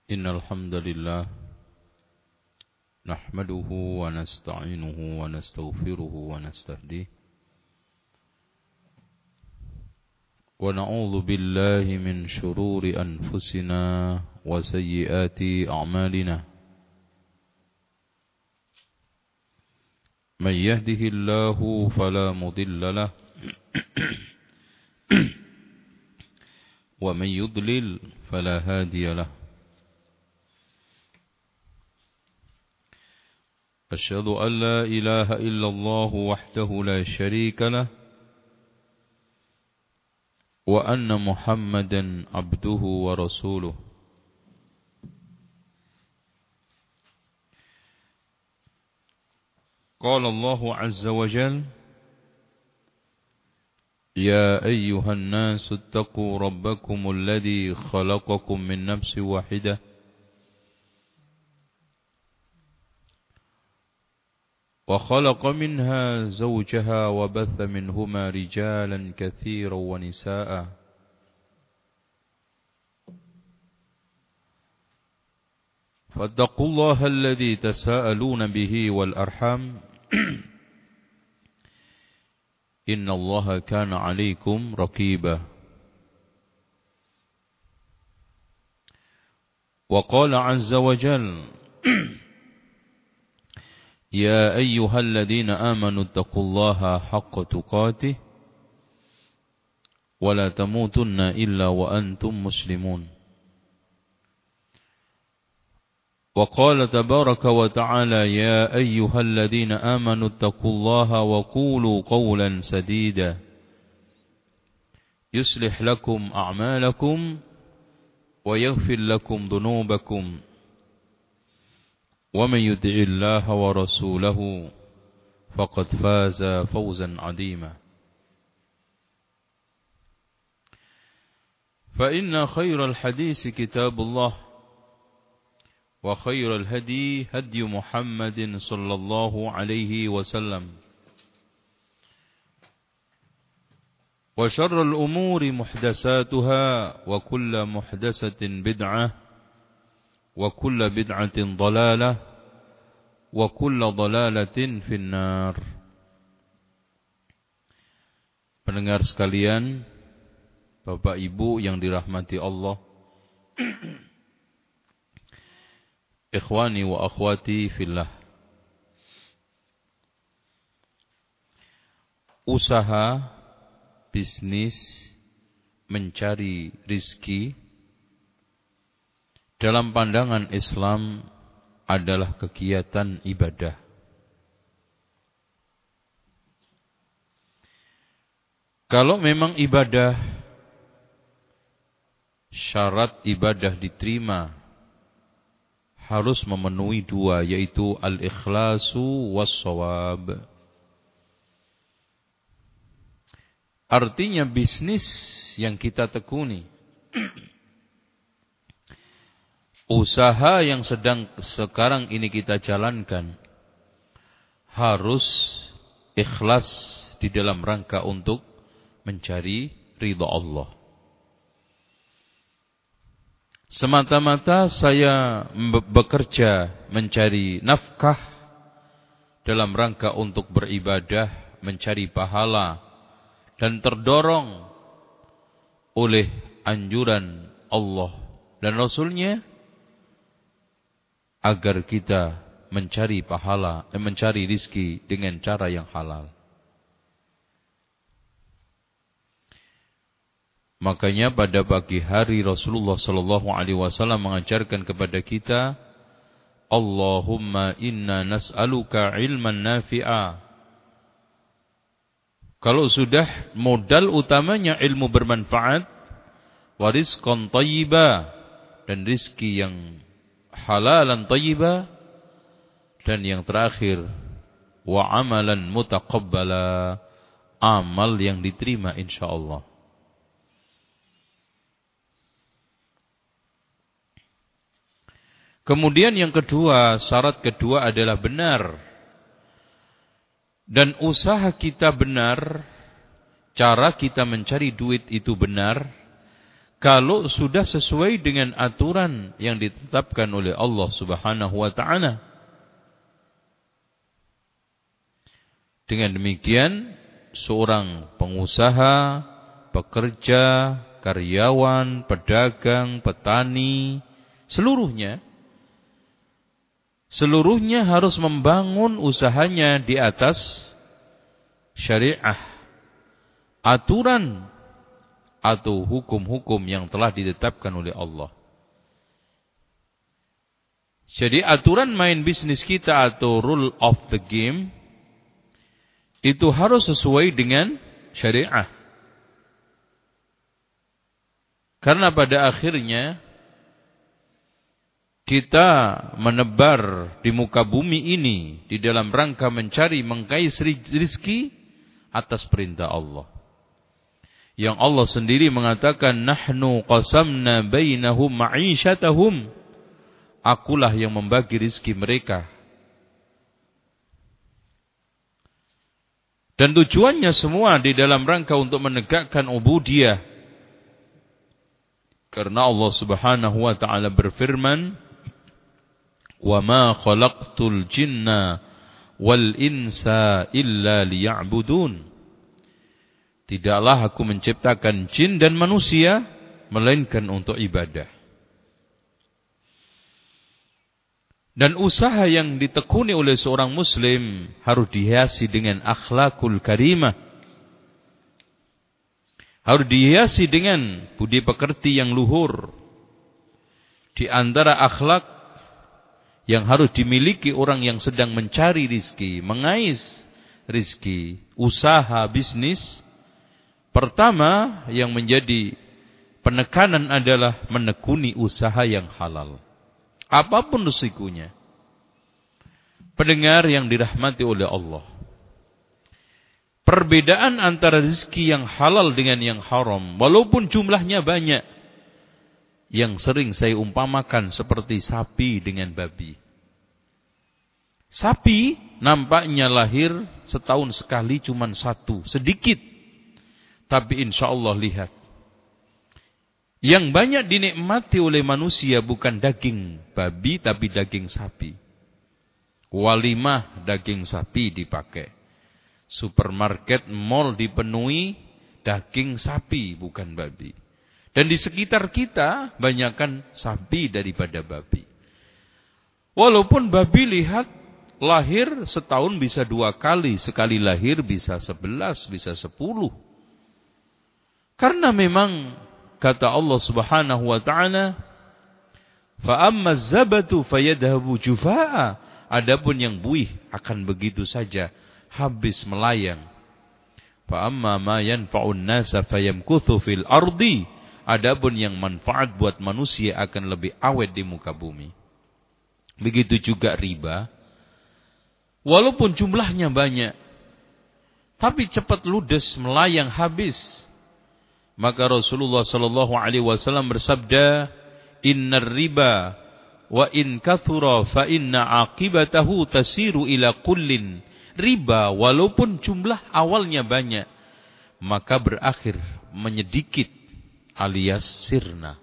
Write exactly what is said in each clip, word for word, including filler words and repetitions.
إن الحمد لله نحمده ونستعينه ونستغفره ونستهديه ونعوذ بالله من شرور أنفسنا وسيئات أعمالنا من يهده الله فلا مضل له ومن يضلل فلا هادي له أشهد أن لا إله إلا الله وحده لا شريك له وأن محمدا عبده ورسوله قال الله عز وجل يا أيها الناس اتقوا ربكم الذي خلقكم من نفس واحدة وخلق منها زوجها وبث منهما رجالا كثيرا ونساء فاتقوا الله الذي تساءلون به والأرحام إن الله كان عليكم رقيبا وقال عز وجل يا أيها الذين آمنوا اتقوا الله حق تقاته ولا تموتن إلا وأنتم مسلمون وقال تبارك وتعالى يا أيها الذين آمنوا اتقوا الله وقولوا قولا سديدا يصلح لكم أعمالكم ويغفر لكم ذنوبكم ومن يطع الله ورسوله فقد فاز فوزا عظيما فإن خير الحديث كتاب الله وخير الهدي هدي محمد صلى الله عليه وسلم وشر الأمور محدثاتها وكل محدثة بدعة وكل بدعة ضلالة وكل ضلالة في النار. Pendengar sekalian, Bapak Ibu yang dirahmati Allah, ikhwani wa akhwati fillah. Usaha, bisnis, mencari rizki dalam pandangan Islam adalah kegiatan ibadah. Kalau memang ibadah, syarat ibadah diterima harus memenuhi dua, yaitu al-ikhlasu was-shawab. Artinya bisnis yang kita tekuni, usaha yang sedang sekarang ini kita jalankan, harus ikhlas di dalam rangka untuk mencari ridha Allah. Semata-mata saya bekerja mencari nafkah dalam rangka untuk beribadah, mencari pahala, dan terdorong oleh anjuran Allah dan Rasul-Nya agar kita mencari pahala, eh, mencari rizki dengan cara yang halal. Makanya pada pagi hari Rasulullah sallallahu alaihi wasallam mengajarkan kepada kita, Allahumma inna nas'aluka ilman nafi'a. Kalau sudah modal utamanya ilmu bermanfaat, wa rizqan thayyiba, dan rizki yang halalan thayyiba, dan yang terakhir wa amalan mutaqabbala, amal yang diterima insyaallah. Kemudian yang kedua, syarat kedua adalah benar. Dan usaha kita benar, cara kita mencari duit itu benar, kalau sudah sesuai dengan aturan yang ditetapkan oleh Allah Subhanahu wa taala. Dengan demikian, seorang pengusaha, pekerja, karyawan, pedagang, petani, seluruhnya seluruhnya harus membangun usahanya di atas syariah, aturan atau hukum-hukum yang telah ditetapkan oleh Allah. Jadi aturan main bisnis kita atau rule of the game itu harus sesuai dengan syariah. Karena pada akhirnya kita menebar di muka bumi ini di dalam rangka mencari mengkais rizki atas perintah Allah. Yang Allah sendiri mengatakan, nahnu qasamna bainahum ma'isyatahum. Akulah yang membagi rizki mereka. Dan tujuannya semua di dalam rangka untuk menegakkan ubudiyah. Karena Allah Subhanahu wa taala berfirman, "Wa ma khalaqtul jinna wal insa illa liya'budun." Tidaklah aku menciptakan jin dan manusia melainkan untuk ibadah. Dan usaha yang ditekuni oleh seorang muslim harus dihiasi dengan akhlakul karimah. Harus dihiasi dengan budi pekerti yang luhur. Di antara akhlak yang harus dimiliki orang yang sedang mencari rizki, mengais rizki, usaha, bisnis, pertama yang menjadi penekanan adalah menekuni usaha yang halal. Apapun risikonya. Pendengar yang dirahmati oleh Allah. Perbedaan antara rezeki yang halal dengan yang haram, walaupun jumlahnya banyak, yang sering saya umpamakan seperti sapi dengan babi. Sapi nampaknya lahir setahun sekali cuma satu, sedikit. Tapi insya Allah lihat, yang banyak dinikmati oleh manusia bukan daging babi tapi daging sapi. Walimah daging sapi dipakai. Supermarket, mall dipenuhi daging sapi bukan babi. Dan di sekitar kita banyakkan sapi daripada babi. Walaupun babi lihat lahir setahun bisa dua kali, sekali lahir bisa sebelas, bisa sepuluh. Karena memang kata Allah Subhanahu wa taala, fa amma zabatu fayadhabu jufaa. Adapun yang buih akan begitu saja habis melayang. Fa amma ma yanfa'un nasa fayamkuthu fil ardi. Adapun yang manfaat buat manusia akan lebih awet di muka bumi. Begitu juga riba. Walaupun jumlahnya banyak, tapi cepat ludes, melayang habis. Maka Rasulullah sallallahu alaihi wasallam bersabda, "Innar riba wa in kathura fa inna aqibatahu tasiru ila kullin." Riba walaupun jumlah awalnya banyak, maka berakhir menyedikit alias sirna.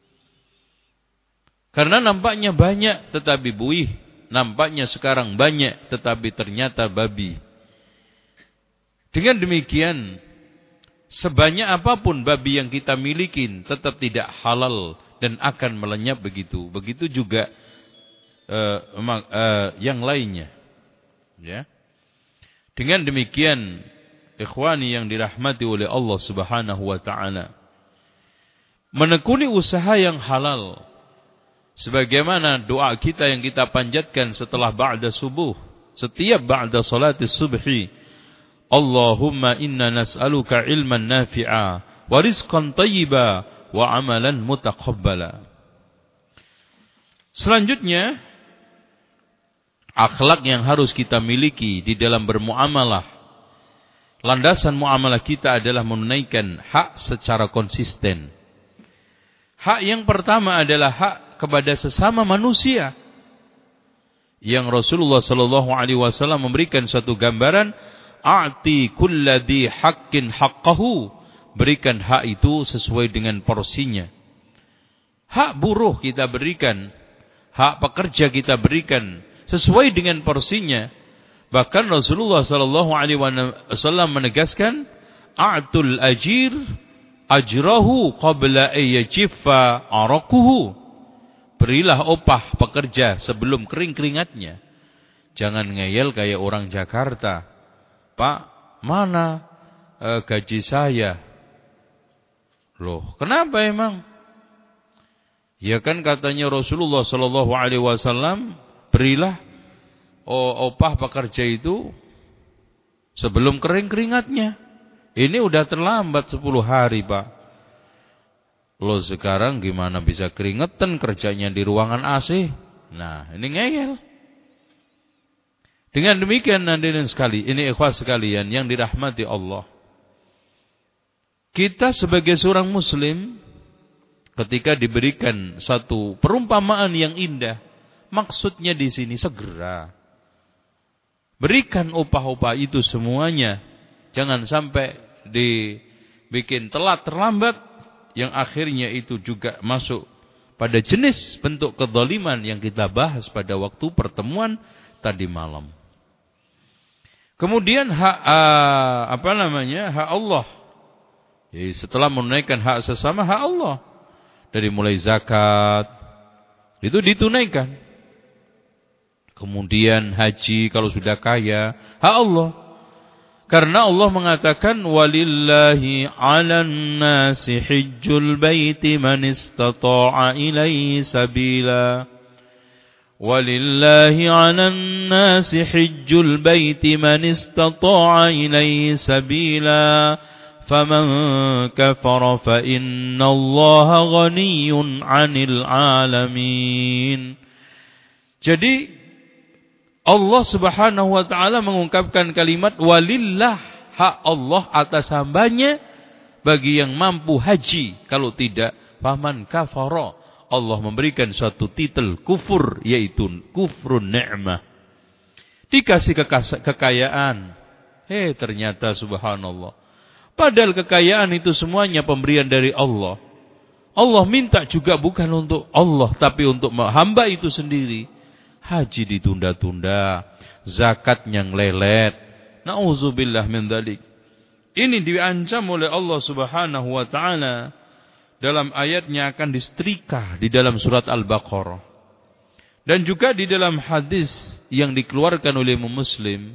Karena nampaknya banyak tetapi buih, nampaknya sekarang banyak tetapi ternyata babi. Dengan demikian, sebanyak apapun babi yang kita miliki tetap tidak halal dan akan melenyap begitu. Begitu juga uh, uh, yang lainnya. Ya. Dengan demikian, ikhwani yang dirahmati oleh Allah Subhanahu wa taala, menekuni usaha yang halal sebagaimana doa kita yang kita panjatkan setelah ba'da subuh, setiap ba'da salatis subhi, Allahumma inna nas'aluka ilman nafi'a wa rizqan tayyiba wa amalan mutaqabbala. Selanjutnya, akhlak yang harus kita miliki di dalam bermuamalah. Landasan muamalah kita adalah menunaikan hak secara konsisten. Hak yang pertama adalah hak kepada sesama manusia. Yang Rasulullah sallallahu alaihi wasallam memberikan suatu gambaran, a'ti kulladhi haqqin haqqahu, berikan hak itu sesuai dengan porsinya. Hak buruh kita berikan, hak pekerja kita berikan sesuai dengan porsinya. Bahkan Rasulullah sallallahu alaihi wasallam menegaskan, a'tul ajir ajrahu qabla ayyajiffa araquhu. Berilah upah pekerja sebelum kering keringatnya. Jangan ngeyel kayak orang Jakarta. Pak, mana eh, gaji saya? Loh, kenapa emang? Ya kan katanya Rasulullah sallallahu alaihi wasallam, berilah upah pekerja itu sebelum kering keringatnya. Ini udah terlambat sepuluh hari, Pak. Lo sekarang gimana bisa keringetan kerjanya di ruangan A C? Nah, ini ngeyel. Dengan demikian hadirin sekali, ini ikhwas sekalian yang dirahmati Allah. Kita sebagai seorang muslim ketika diberikan satu perumpamaan yang indah, maksudnya di sini segera berikan upah-upah itu semuanya. Jangan sampai dibikin telat terlambat, yang akhirnya itu juga masuk pada jenis bentuk kezaliman yang kita bahas pada waktu pertemuan tadi malam. Kemudian hak uh, apa namanya? Hak Allah. Jadi setelah menunaikan hak sesama, hak Allah. Dari mulai zakat itu ditunaikan. Kemudian haji kalau sudah kaya, hak Allah. Karena Allah mengatakan walillahi 'alan nasi hajjul baiti man istata'a ilaihi sabila. Walillahi 'alan nasi hajjul baiti man istata'a ilaihi sabila. Faman kafara fa innallaha ghaniyyun 'anil 'alamin. Jadi Allah Subhanahu wa taala mengungkapkan kalimat walillah, hak Allah atas hambanya bagi yang mampu haji. Kalau tidak, faman kafara, Allah memberikan suatu titel kufur, yaitu kufrun ni'mah. Dikasih kekayaan. Hei, ternyata subhanallah. Padahal kekayaan itu semuanya pemberian dari Allah. Allah minta juga bukan untuk Allah, tapi untuk hamba itu sendiri. Haji ditunda-tunda, zakatnya ngelelet. Nauzubillah min dzalik. Ini diancam oleh Allah Subhanahu wa taala dalam ayatnya akan disetrika di dalam surat Al-Baqarah. Dan juga di dalam hadis yang dikeluarkan oleh Imam Muslim,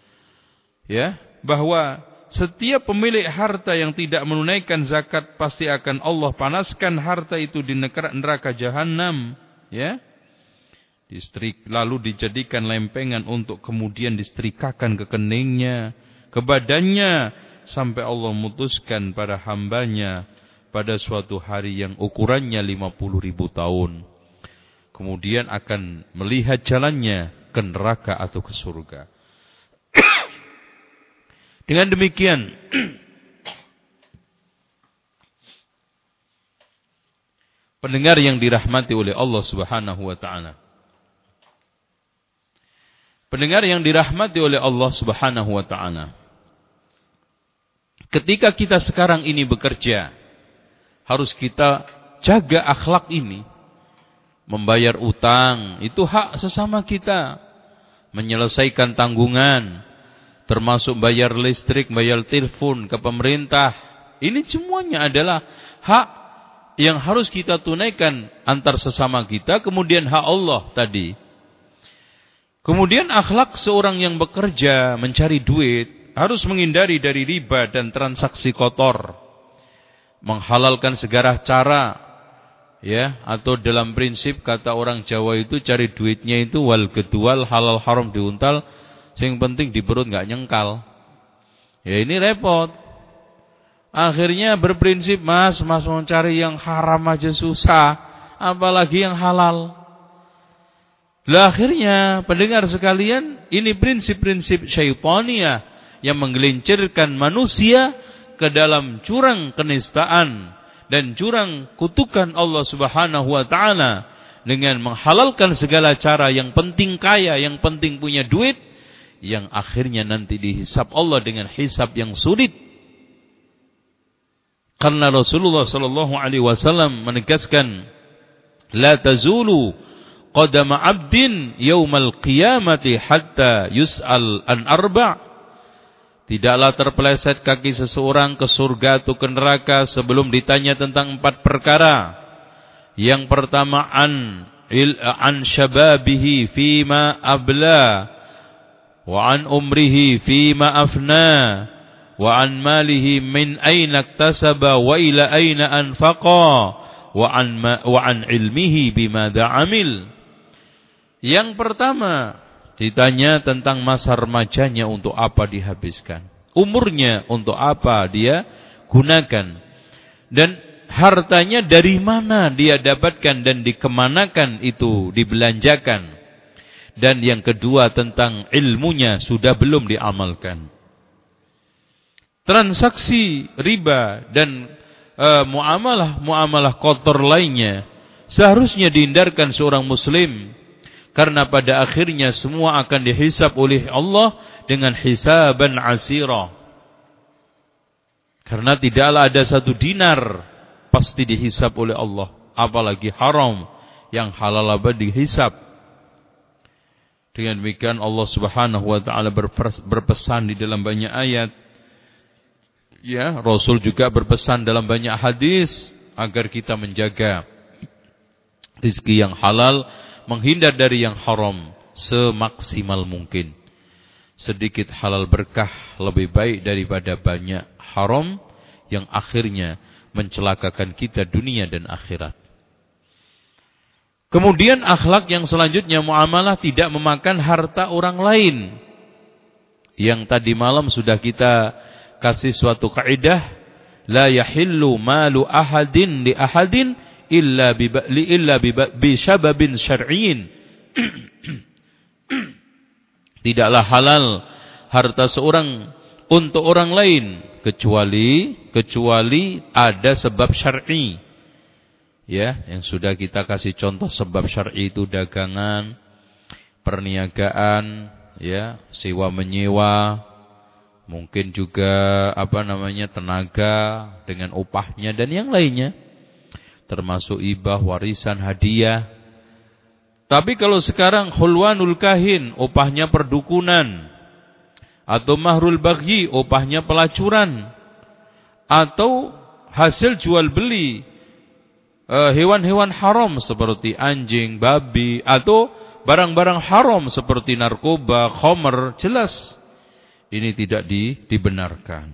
ya, bahwa setiap pemilik harta yang tidak menunaikan zakat pasti akan Allah panaskan harta itu di neraka jahanam, ya. Distrik, lalu dijadikan lempengan untuk kemudian disetrikakan ke keningnya, ke badannya, sampai Allah memutuskan pada hambanya pada suatu hari yang ukurannya lima puluh ribu tahun. Kemudian akan melihat jalannya ke neraka atau ke surga. Dengan demikian, pendengar yang dirahmati oleh Allah Subhanahu wa taala. Pendengar yang dirahmati oleh Allah Subhanahu wa taala. Ketika kita sekarang ini bekerja, harus kita jaga akhlak ini. Membayar utang, itu hak sesama kita. Menyelesaikan tanggungan, termasuk bayar listrik, bayar telepon ke pemerintah. Ini semuanya adalah hak yang harus kita tunaikan antar sesama kita. Kemudian hak Allah tadi. Kemudian akhlak seorang yang bekerja mencari duit harus menghindari dari riba dan transaksi kotor. Menghalalkan segala cara, ya, atau dalam prinsip kata orang Jawa itu cari duitnya itu wal gedual halal haram diuntal, sing penting di perut enggak nyengkal. Ya ini repot. Akhirnya berprinsip, Mas, Mas mau cari yang haram aja susah, apalagi yang halal. Lah akhirnya pendengar sekalian, ini prinsip-prinsip syaitaniyah yang menggelincirkan manusia ke dalam jurang kenistaan dan jurang kutukan Allah Subhanahu wa taala dengan menghalalkan segala cara, yang penting kaya, yang penting punya duit, yang akhirnya nanti dihisab Allah dengan hisab yang sulit. Karena Rasulullah sallallahu alaihi wasallam menegaskan, la tazulu qadama 'abdin yaumal qiyamati hatta yus'al an arba'. Tidaklah terpeleset kaki seseorang ke surga atau ke neraka sebelum ditanya tentang empat perkara. Yang pertama, an il an syababihi fima abla, wa an umrihi fima afna, wa an malihi min aina iktasaba wa ila aina anfaqa, wa an ma, wa an ilmihi bimada amil. Yang pertama ditanya tentang masa remajanya, untuk apa dihabiskan, umurnya untuk apa dia gunakan, dan hartanya dari mana dia dapatkan dan dikemanakan itu dibelanjakan. Dan yang kedua tentang ilmunya sudah belum diamalkan. Transaksi riba dan uh, muamalah-muamalah kotor lainnya seharusnya dihindarkan seorang muslim, karena pada akhirnya semua akan dihisab oleh Allah dengan hisaban asira. Karena tidaklah ada satu dinar pasti dihisab oleh Allah, apalagi haram, yang halal apa dihisab. Dengan demikian Allah Subhanahu wa taala berpesan di dalam banyak ayat. Ya, Rasul juga berpesan dalam banyak hadis agar kita menjaga rezeki yang halal, menghindar dari yang haram semaksimal mungkin. Sedikit halal berkah lebih baik daripada banyak haram yang akhirnya mencelakakan kita dunia dan akhirat. Kemudian akhlak yang selanjutnya, muamalah tidak memakan harta orang lain. Yang tadi malam sudah kita kasih suatu kaidah, la yahillu malu ahadin li ahadin illa bi illa bi syababin syar'iyyin. Tidaklah halal harta seorang untuk orang lain kecuali kecuali ada sebab syar'i. Ya, yang sudah kita kasih contoh sebab syar'i itu dagangan, perniagaan, ya, sewa menyewa, mungkin juga apa namanya tenaga dengan upahnya dan yang lainnya, termasuk hibah, warisan, hadiah. Tapi kalau sekarang khulwanul kahin, upahnya perdukunan, atau mahrul baghi, upahnya pelacuran, atau hasil jual beli uh, hewan-hewan haram seperti anjing, babi, atau barang-barang haram seperti narkoba, khamr, jelas ini tidak di, dibenarkan.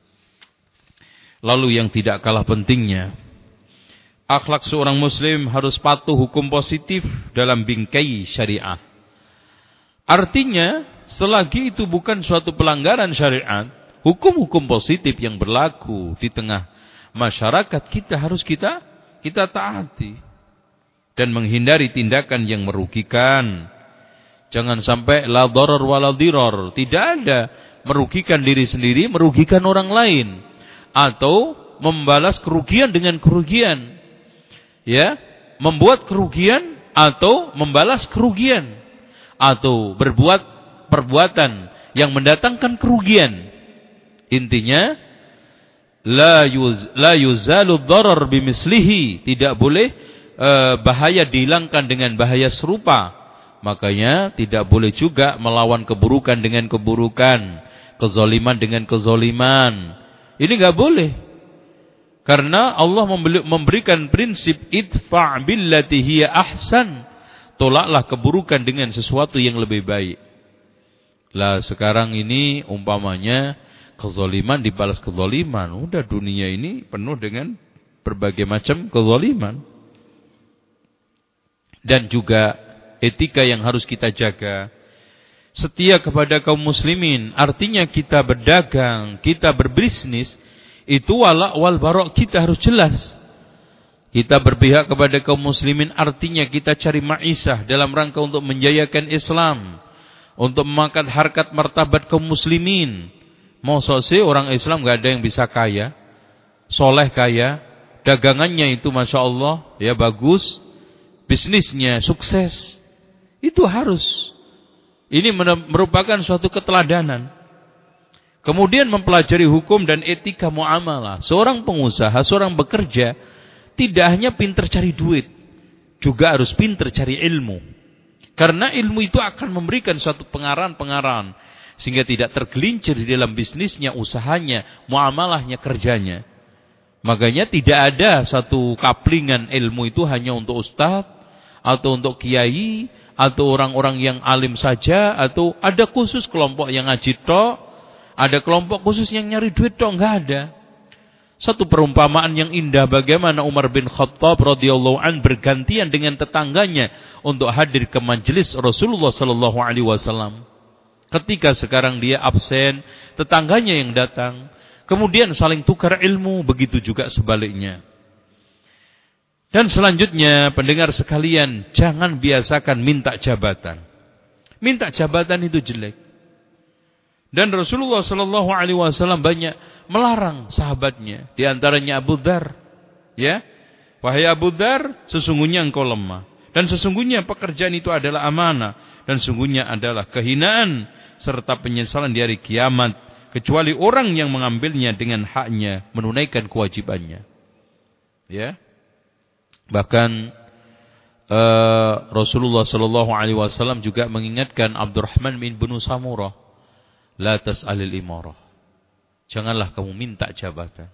Lalu yang tidak kalah pentingnya, akhlak seorang muslim harus patuh hukum positif dalam bingkai syariat. Artinya, selagi itu bukan suatu pelanggaran syariat, hukum-hukum positif yang berlaku di tengah masyarakat kita harus kita kita taati dan menghindari tindakan yang merugikan. Jangan sampai la darar wala dirar, tidak ada merugikan diri sendiri, merugikan orang lain, atau membalas kerugian dengan kerugian. Ya, membuat kerugian atau membalas kerugian, atau berbuat perbuatan yang mendatangkan kerugian. Intinya la yuz la yuzalu darar bimislihi, tidak boleh eh, bahaya dihilangkan dengan bahaya serupa. Makanya tidak boleh juga melawan keburukan dengan keburukan, kezaliman dengan kezaliman. Ini enggak boleh. Karena Allah memberikan prinsip idfa' billati hiya ahsan. Tolaklah keburukan dengan sesuatu yang lebih baik. Lah sekarang ini umpamanya kezaliman dibalas kezaliman. Udah dunia ini penuh dengan berbagai macam kezaliman. Dan juga etika yang harus kita jaga, setia kepada kaum muslimin, artinya kita berdagang, kita berbisnis, itu wala wal barok kita harus jelas. Kita berpihak kepada kaum muslimin, artinya kita cari ma'isah dalam rangka untuk menjayakan Islam, untuk memakan harkat martabat kaum muslimin. Mau sih orang Islam gak ada yang bisa kaya, soleh kaya, dagangannya itu masya Allah ya bagus, bisnisnya sukses. Itu harus. Ini merupakan suatu keteladanan. Kemudian mempelajari hukum dan etika muamalah. Seorang pengusaha, seorang bekerja, tidak hanya pintar cari duit, juga harus pintar cari ilmu. Karena ilmu itu akan memberikan suatu pengarahan-pengarahan, sehingga tidak tergelincir di dalam bisnisnya, usahanya, muamalahnya, kerjanya. Makanya tidak ada satu kaplingan ilmu itu hanya untuk ustadz, atau untuk kiai, atau orang-orang yang alim saja, atau ada khusus kelompok yang ngaji tok, ada kelompok khusus yang nyari duit tok, enggak ada. Satu perumpamaan yang indah bagaimana Umar bin Khattab radhiyallahu an bergantian dengan tetangganya untuk hadir ke majelis Rasulullah sallallahu alaihi wasallam. Ketika sekarang dia absen, tetangganya yang datang, kemudian saling tukar ilmu, begitu juga sebaliknya. Dan selanjutnya pendengar sekalian, jangan biasakan minta jabatan. Minta jabatan itu jelek. Dan Rasulullah sallallahu alaihi wasallam banyak melarang sahabatnya, di antaranya Abu Dzar, ya. Wahai Abu Dzar, sesungguhnya engkau lemah, dan sesungguhnya pekerjaan itu adalah amanah, dan sesungguhnya adalah kehinaan serta penyesalan di hari kiamat, kecuali orang yang mengambilnya dengan haknya, menunaikan kewajibannya. Ya. Bahkan uh, Rasulullah sallallahu alaihi wasallam juga mengingatkan Abdurrahman bin Banu Samurah, la tas'alil imarah. Janganlah kamu minta jabatan.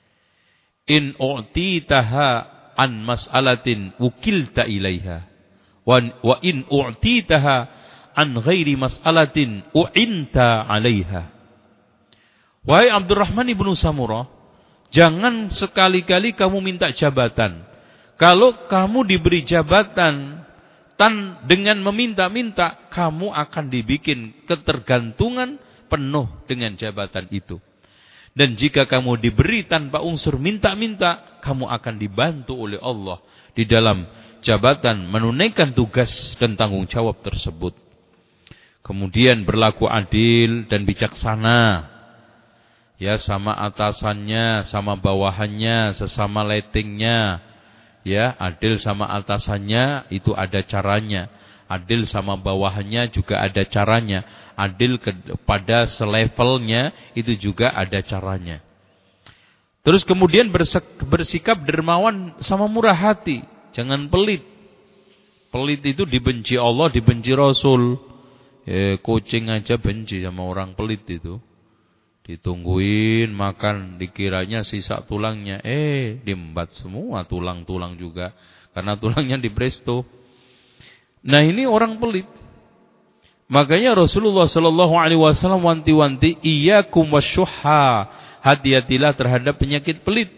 In u'titaha an mas'alatin wukilta ilaiha. Wa, wa in u'titaha an ghairi mas'alatin u'inta alaiha. Wahai Abdurrahman ibnu Samurah, jangan sekali-kali kamu minta jabatan. Kalau kamu diberi jabatan tan dengan meminta-minta, kamu akan dibikin ketergantungan penuh dengan jabatan itu. Dan jika kamu diberi tanpa unsur minta-minta, kamu akan dibantu oleh Allah di dalam jabatan menunaikan tugas dan tanggung jawab tersebut. Kemudian berlaku adil dan bijaksana. Ya, sama atasannya, sama bawahannya, sesama letingnya. Ya, adil sama atasannya itu ada caranya. Adil sama bawahannya juga ada caranya. Adil kepada selevelnya itu juga ada caranya. Terus kemudian bersikap dermawan sama murah hati. Jangan pelit. Pelit itu dibenci Allah, dibenci Rasul. Eh, kucing aja benci sama orang pelit itu. Ditungguin makan, dikiranya sisa tulangnya. Eh, diembat semua tulang-tulang juga. Karena tulangnya di presto. Nah, ini orang pelit. Makanya Rasulullah sallallahu alaihi wasallam wanti-wanti, iyyakum wasyuhha, hati-hatilah terhadap penyakit pelit.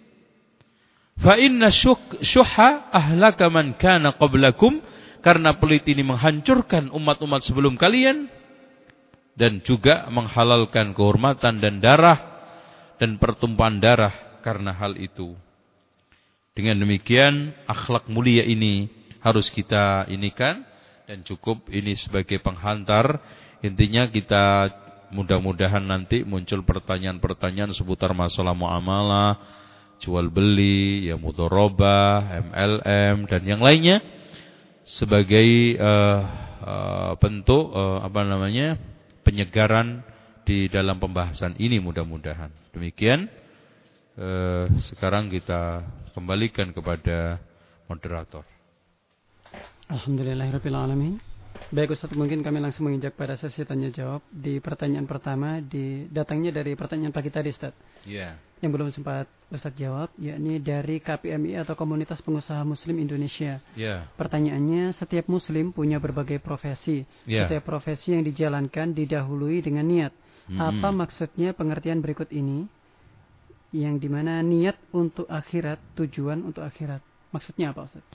Fa inna syuhha ahlaka man kana qablakum, karena pelit ini menghancurkan umat-umat sebelum kalian dan juga menghalalkan kehormatan dan darah dan pertumpahan darah karena hal itu. Dengan demikian akhlak mulia ini harus kita inikan. Dan cukup ini sebagai penghantar. Intinya kita mudah-mudahan nanti muncul pertanyaan-pertanyaan seputar masalah muamalah, jual beli, ya mudharabah, M L M dan yang lainnya sebagai uh, uh, bentuk uh, apa namanya penyegaran di dalam pembahasan ini mudah-mudahan. Demikian. Uh, sekarang kita kembalikan kepada moderator. Alhamdulillahirabbil alamin. Baik Ustaz, mungkin kami langsung menginjak pada sesi tanya jawab. Di pertanyaan pertama di datangnya dari pertanyaan pagi tadi Ustaz. Iya. Yeah. Yang belum sempat Ustaz jawab, yakni dari K P M I atau Komunitas Pengusaha Muslim Indonesia. Iya. Yeah. Pertanyaannya, setiap muslim punya berbagai profesi. Yeah. Setiap profesi yang dijalankan didahului dengan niat. Mm-hmm. Apa maksudnya pengertian berikut ini? Yang dimana niat untuk akhirat, tujuan untuk akhirat. Maksudnya apa Ustaz?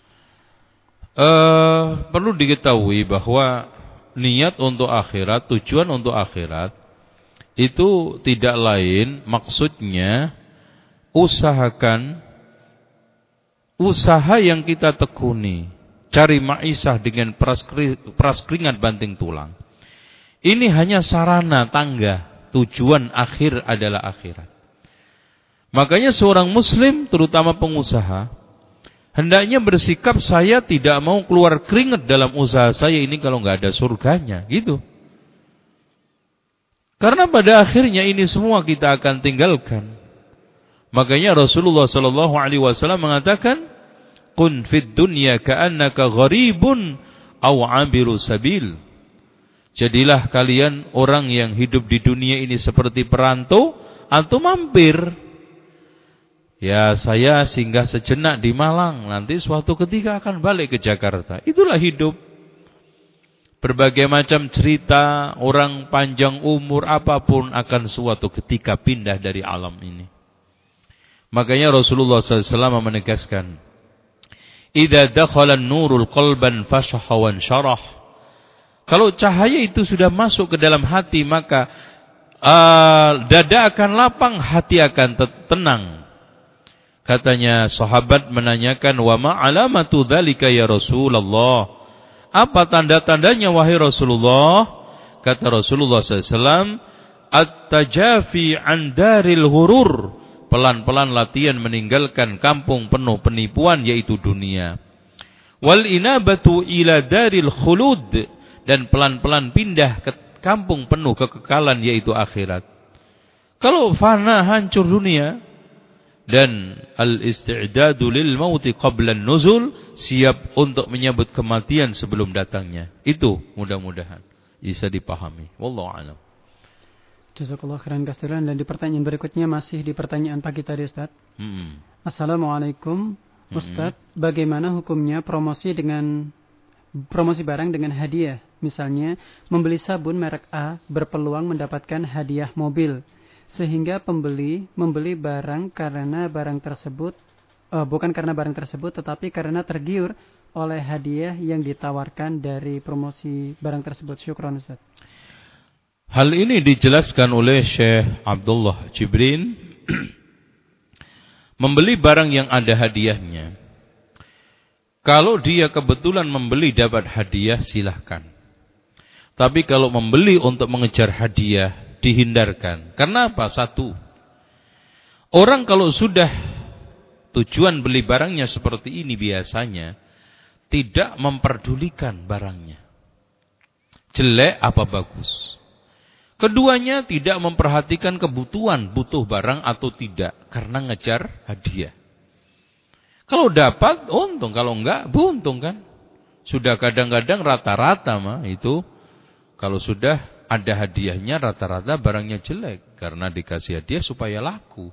Uh, perlu diketahui bahwa niat untuk akhirat, tujuan untuk akhirat itu tidak lain maksudnya usahakan usaha yang kita tekuni, cari maisha dengan peras keringat banting tulang. Ini hanya sarana tangga, tujuan akhir adalah akhirat. Makanya seorang muslim, terutama pengusaha, hendaknya bersikap, saya tidak mau keluar keringat dalam usaha saya ini kalau nggak ada surganya, gitu. Karena pada akhirnya ini semua kita akan tinggalkan. Makanya Rasulullah sallallahu alaihi wasallam mengatakan, "Kun fid dunya ka'annaka gharibun aw 'abiru sabil." Jadilah kalian orang yang hidup di dunia ini seperti perantau atau mampir. Ya, saya singgah sejenak di Malang, nanti suatu ketika akan balik ke Jakarta. Itulah hidup. Berbagai macam cerita, orang panjang umur apapun akan suatu ketika pindah dari alam ini. Makanya Rasulullah sallallahu alaihi wasallam menegaskan, "Idza dakhala an-nurul qalban fashaha wan syarah." Kalau cahaya itu sudah masuk ke dalam hati, maka uh, dada akan lapang, hati akan tenang. Katanya sahabat menanyakan, "Wa ma alamatu dzalika ya Rasulullah?" Apa tanda-tandanya wahai Rasulullah? Kata Rasulullah sallallahu alaihi wasallam, "At-tajafi 'an daril ghurur." Pelan-pelan latihan meninggalkan kampung penuh penipuan, yaitu dunia. Wal inabatu ila daril khulud, dan pelan-pelan pindah ke kampung penuh kekekalan, yaitu akhirat. Kalau fana hancur dunia, dan al-isti'dadu lil mauti qabla an-nuzul, siap untuk menyambut kematian sebelum datangnya. Itu mudah-mudahan bisa dipahami. Wallahu a'lam. Jazakallahu khairan katsiran. Dan di pertanyaan berikutnya masih di pertanyaan pagi tadi, Ustaz. Hmm. Assalamualaikum, Ustaz. Hmm. Bagaimana hukumnya promosi dengan promosi barang dengan hadiah? Misalnya membeli sabun merek A berpeluang mendapatkan hadiah mobil, sehingga pembeli membeli barang karena barang tersebut uh, bukan karena barang tersebut, tetapi karena tergiur oleh hadiah yang ditawarkan dari promosi barang tersebut. Syukran, Ustaz. Hal ini dijelaskan oleh Syekh Abdullah Jibrin. Membeli barang yang ada hadiahnya, kalau dia kebetulan membeli dapat hadiah, silahkan. Tapi kalau membeli untuk mengejar hadiah, dihindarkan. Karena apa? Satu, orang kalau sudah tujuan beli barangnya seperti ini biasanya tidak memperdulikan barangnya, jelek apa bagus. Keduanya tidak memperhatikan kebutuhan, butuh barang atau tidak, karena ngejar hadiah. Kalau dapat, untung. Kalau enggak, buntung kan. Sudah kadang-kadang rata-rata mah itu, kalau sudah ada hadiahnya rata-rata barangnya jelek, karena dikasih hadiah supaya laku.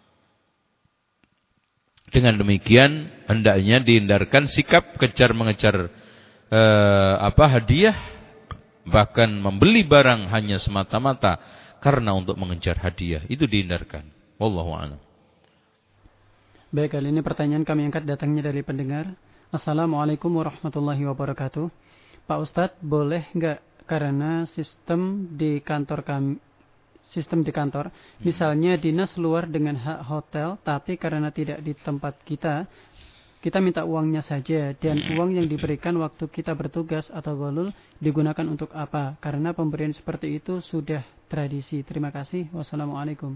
Dengan demikian hendaknya dihindarkan sikap kejar mengejar eh, apa hadiah, bahkan membeli barang hanya semata-mata karena untuk mengejar hadiah, itu dihindarkan. Wallahu a'lam. Baik, kali ini pertanyaan kami angkat datangnya dari pendengar. Assalamualaikum warahmatullahi wabarakatuh. Pak Ustadz, boleh enggak karena sistem di kantor kami sistem di kantor, misalnya dinas luar dengan hak hotel, tapi karena tidak di tempat kita, kita minta uangnya saja, dan uang yang diberikan waktu kita bertugas atau golul digunakan untuk apa? Karena pemberian seperti itu sudah tradisi. Terima kasih. Wassalamualaikum.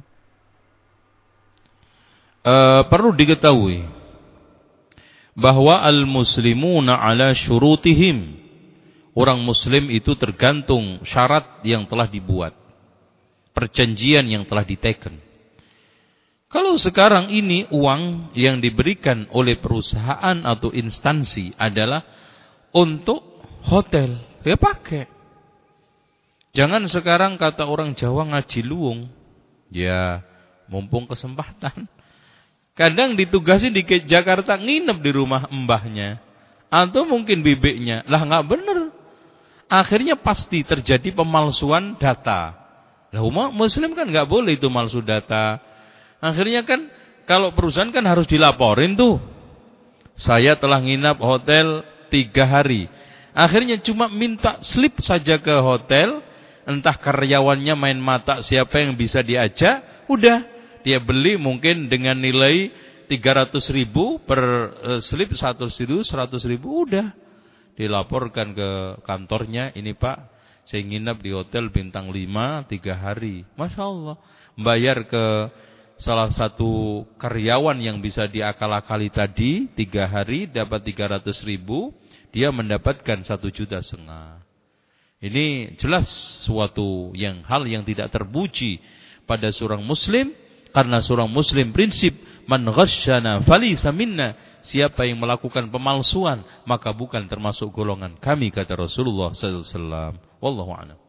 Uh, perlu diketahui bahwa al-muslimuna ala syurutihim. Orang muslim itu tergantung syarat yang telah dibuat, perjanjian yang telah diteken. Kalau sekarang ini uang yang diberikan oleh perusahaan atau instansi adalah untuk hotel, ya pakai. Jangan sekarang kata orang Jawa ngaji luwung, ya mumpung kesempatan. Kadang ditugasi di Jakarta nginep di rumah mbahnya atau mungkin bibiknya, lah nggak bener. Akhirnya pasti terjadi pemalsuan data. Lah umat muslim kan nggak boleh itu malsu data. Akhirnya kan kalau perusahaan kan harus dilaporin tuh. Saya telah nginap hotel tiga hari. Akhirnya cuma minta slip saja ke hotel. Entah karyawannya main mata siapa yang bisa diajak. Udah. Dia beli mungkin dengan nilai tiga ratus ribu per uh, slip, seratus ribu, seratus ribu. Udah. Dilaporkan ke kantornya. Ini Pak, saya nginap di hotel bintang lima tiga hari. Masya Allah. Bayar ke salah satu karyawan yang bisa diakal-akali tadi, tiga hari dapat tiga ratus ribu, dia mendapatkan satu juta setengah. Ini jelas suatu yang hal yang tidak terpuji pada seorang muslim, karena seorang muslim prinsip man ghasyana falaysa minna, siapa yang melakukan pemalsuan maka bukan termasuk golongan kami, kata Rasulullah sallallahu alaihi wasallam. Wallahu a'lam.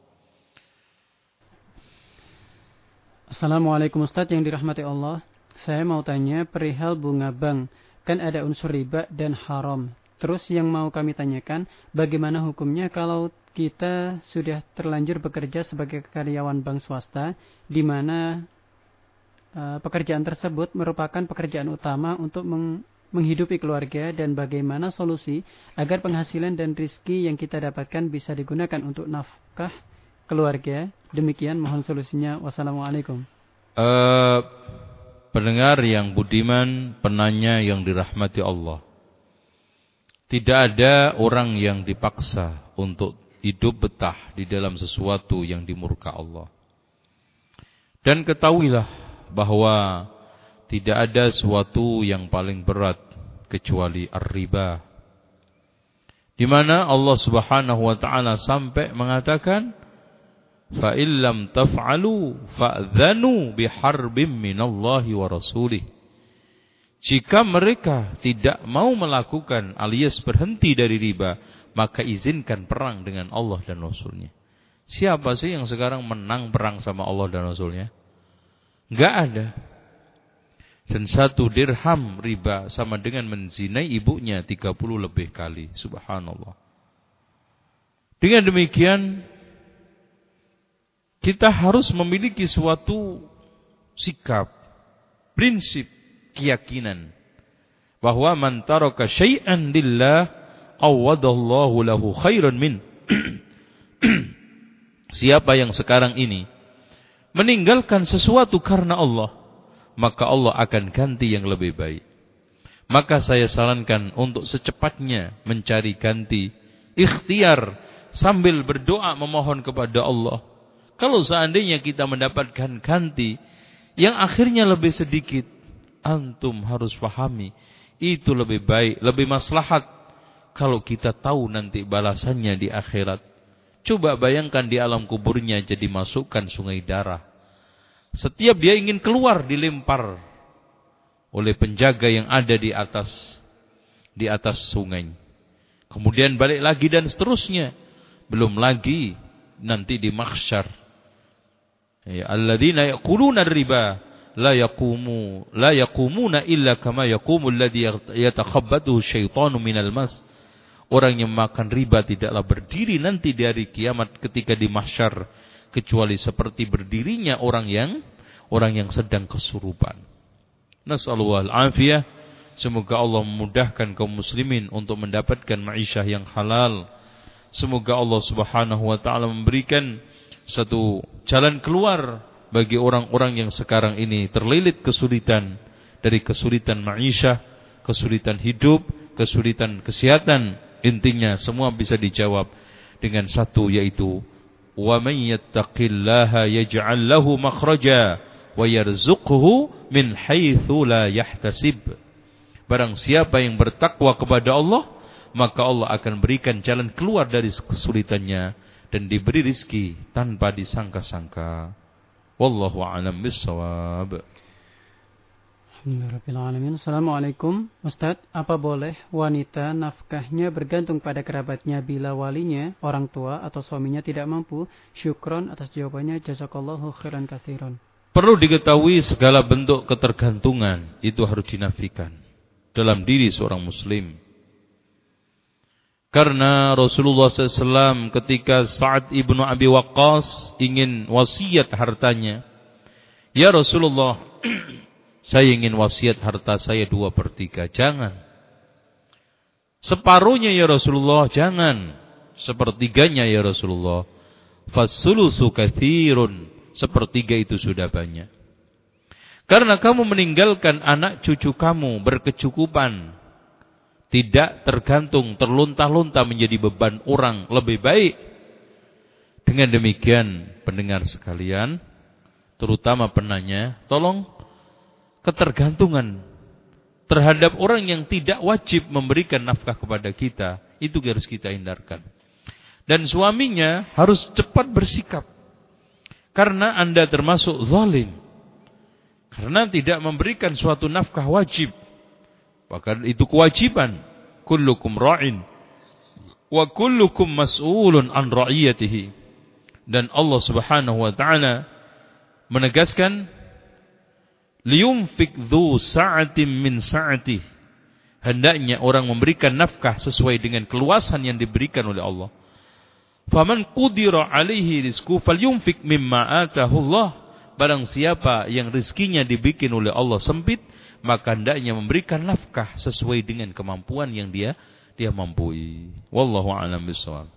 Assalamualaikum Ustaz yang dirahmati Allah. Saya mau tanya perihal bunga bank, kan ada unsur riba dan haram. Terus yang mau kami tanyakan, bagaimana hukumnya kalau kita sudah terlanjur bekerja sebagai karyawan bank swasta, di mana uh, pekerjaan tersebut merupakan pekerjaan utama untuk meng, menghidupi keluarga, dan bagaimana solusi agar penghasilan dan rizki yang kita dapatkan bisa digunakan untuk nafkah keluarga. Demikian, mohon solusinya. Wassalamualaikum. Uh, pendengar yang budiman, penanya yang dirahmati Allah. Tidak ada orang yang dipaksa untuk hidup betah di dalam sesuatu yang dimurka Allah. Dan ketahuilah bahwa tidak ada sesuatu yang paling berat kecuali ar-riba, di mana Allah Subhanahu wa taala sampai mengatakan, fa illam taf'alu fa'dhanu biharbim minallahi wa rasulih. Jika mereka tidak mau melakukan alias berhenti dari riba, maka izinkan perang dengan Allah dan Rasulnya. Siapa sih yang sekarang menang perang sama Allah dan Rasulnya? Enggak ada. Dan satu dirham riba sama dengan menzinai ibunya tiga puluh lebih kali. Subhanallah. Dengan demikian, kita harus memiliki suatu sikap, prinsip, keyakinan bahwa man taraka syai'an lillah awadallahu lahu khairan min. Siapa yang sekarang ini meninggalkan sesuatu karena Allah, maka Allah akan ganti yang lebih baik. Maka saya sarankan untuk secepatnya mencari ganti, ikhtiar sambil berdoa memohon kepada Allah. Kalau seandainya kita mendapatkan ganti yang akhirnya lebih sedikit, antum harus pahami itu lebih baik, lebih maslahat kalau kita tahu nanti balasannya di akhirat. Coba bayangkan di alam kuburnya jadi masukkan sungai darah. Setiap dia ingin keluar dilempar oleh penjaga yang ada di atas di atas sungai. Kemudian balik lagi dan seterusnya. Belum lagi nanti di mahsyar. Ya, alladzina yaquluna riba la yaqumu la yaqumuna illa kama yaqumu alladhi yatakhabbathu syaitanu minal mas. Orang yang makan riba tidaklah berdiri nanti di hari kiamat ketika di mahsyar kecuali seperti berdirinya orang yang orang yang sedang kesurupan. Nasallahu al-afiyah. Semoga Allah memudahkan kaum muslimin untuk mendapatkan ma'isyah yang halal. Semoga Allah Subhanahu wa taala memberikan satu jalan keluar bagi orang-orang yang sekarang ini terlilit kesulitan, dari kesulitan ma'isyah, kesulitan hidup, kesulitan kesehatan. Intinya semua bisa dijawab dengan satu, yaitu wa may yattaqillaha yaj'al lahu makhraja wa yarzuqhu min haitsu la yahtasib. Barang siapa yang bertakwa kepada Allah, maka Allah akan berikan jalan keluar dari kesulitannya dan diberi rizki tanpa disangka-sangka. Wallahu a'lam bissawab. Alhamdulillahirrahmanirrahim. Assalamualaikum Ustadz, apa boleh wanita nafkahnya bergantung pada kerabatnya bila walinya, orang tua atau suaminya tidak mampu? Syukron atas jawabannya. Jazakallahu khairan katsiran. Perlu diketahui segala bentuk ketergantungan itu harus dinafikan dalam diri seorang muslim. Karena Rasulullah shallallahu alaihi wasallam ketika Sa'ad ibnu Abi Waqqas ingin wasiat hartanya, ya Rasulullah, saya ingin wasiat harta saya dua per tiga. Jangan. Separuhnya ya Rasulullah. Jangan. Sepertiganya ya Rasulullah. Fasulusu katsirun. Sepertiga itu sudah banyak. Karena kamu meninggalkan anak cucu kamu berkecukupan, tidak tergantung, terlunta-lunta menjadi beban orang. Lebih baik. Dengan demikian, pendengar sekalian, terutama penanya, tolong ketergantungan terhadap orang yang tidak wajib memberikan nafkah kepada kita, itu harus kita hindarkan. Dan suaminya harus cepat bersikap. Karena Anda termasuk zalim. Karena tidak memberikan suatu nafkah wajib. Bahkan itu kewajiban. Kullukum ra'in. Wa kullukum mas'ulun an ra'iyatihi. Dan Allah subhanahu wa ta'ala menegaskan. Liyumfik dhu sa'atim min sa'atih. Hendaknya orang memberikan nafkah sesuai dengan keluasan yang diberikan oleh Allah. Faman qudira alaihi rizquhu falyunfik mimma atahu Allah. Barang siapa yang rezekinya dibikin oleh Allah sempit, maka hendaknya memberikan nafkah sesuai dengan kemampuan yang dia dia mampu. Wallahu a'lam bishawab.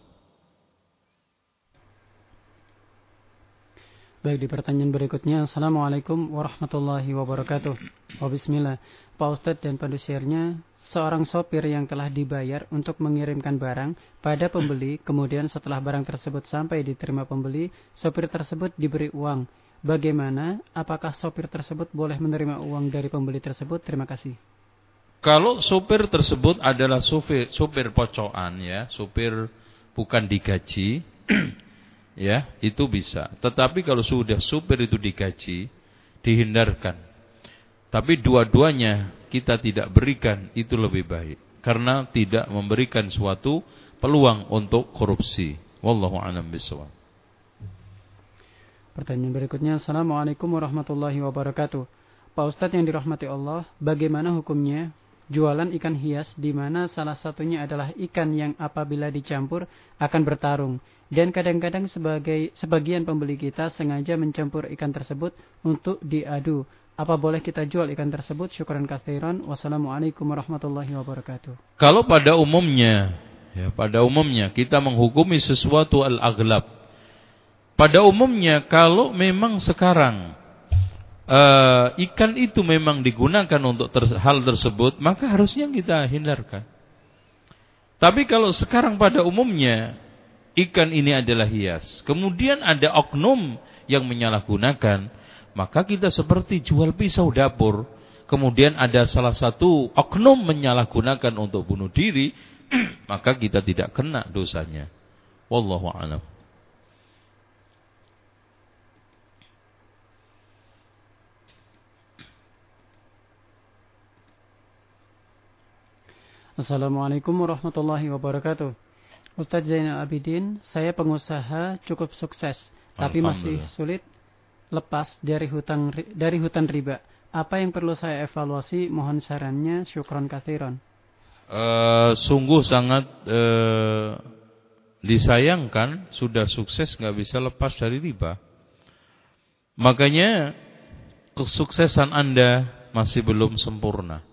Baik, di pertanyaan berikutnya. Assalamualaikum warahmatullahi wabarakatuh. Wa bismillah. Pak Ustadz dan pendusiarnya, seorang sopir yang telah dibayar untuk mengirimkan barang pada pembeli, kemudian setelah barang tersebut sampai diterima pembeli, sopir tersebut diberi uang. Bagaimana? Apakah sopir tersebut boleh menerima uang dari pembeli tersebut? Terima kasih. Kalau sopir tersebut adalah sopir, sopir pocokan, ya, sopir bukan digaji, ya, itu bisa. Tetapi kalau sudah sopir itu digaji, dihindarkan. Tapi dua-duanya kita tidak berikan, itu lebih baik. Karena tidak memberikan suatu peluang untuk korupsi. Wallahu a'lam bishawab. Pertanyaan berikutnya. Assalamualaikum warahmatullahi wabarakatuh. Pak Ustadz yang dirahmati Allah, bagaimana hukumnya jualan ikan hias di mana salah satunya adalah ikan yang apabila dicampur akan bertarung, dan kadang-kadang sebagai sebagian pembeli kita sengaja mencampur ikan tersebut untuk diadu. Apa boleh kita jual ikan tersebut? Syukran katsiran. Wassalamualaikum warahmatullahi wabarakatuh. Kalau pada umumnya, ya, pada umumnya kita menghukumi sesuatu al-aghlab. Pada umumnya kalau memang sekarang uh, ikan itu memang digunakan untuk ter- hal tersebut, maka harusnya kita hindarkan. Tapi kalau sekarang pada umumnya ikan ini adalah hias, kemudian ada oknum yang menyalahgunakan, maka kita seperti jual pisau dapur, kemudian ada salah satu oknum menyalahgunakan untuk bunuh diri, maka kita tidak kena dosanya. Wallahu a'lam. Assalamualaikum warahmatullahi wabarakatuh. Ustadz Zainal Abidin, saya pengusaha cukup sukses, tapi masih sulit lepas dari hutang dari hutang riba. Apa yang perlu saya evaluasi? Mohon sarannya. Syukron katsiran. Uh, sungguh sangat uh, disayangkan, sudah sukses nggak bisa lepas dari riba. Makanya kesuksesan Anda masih belum sempurna.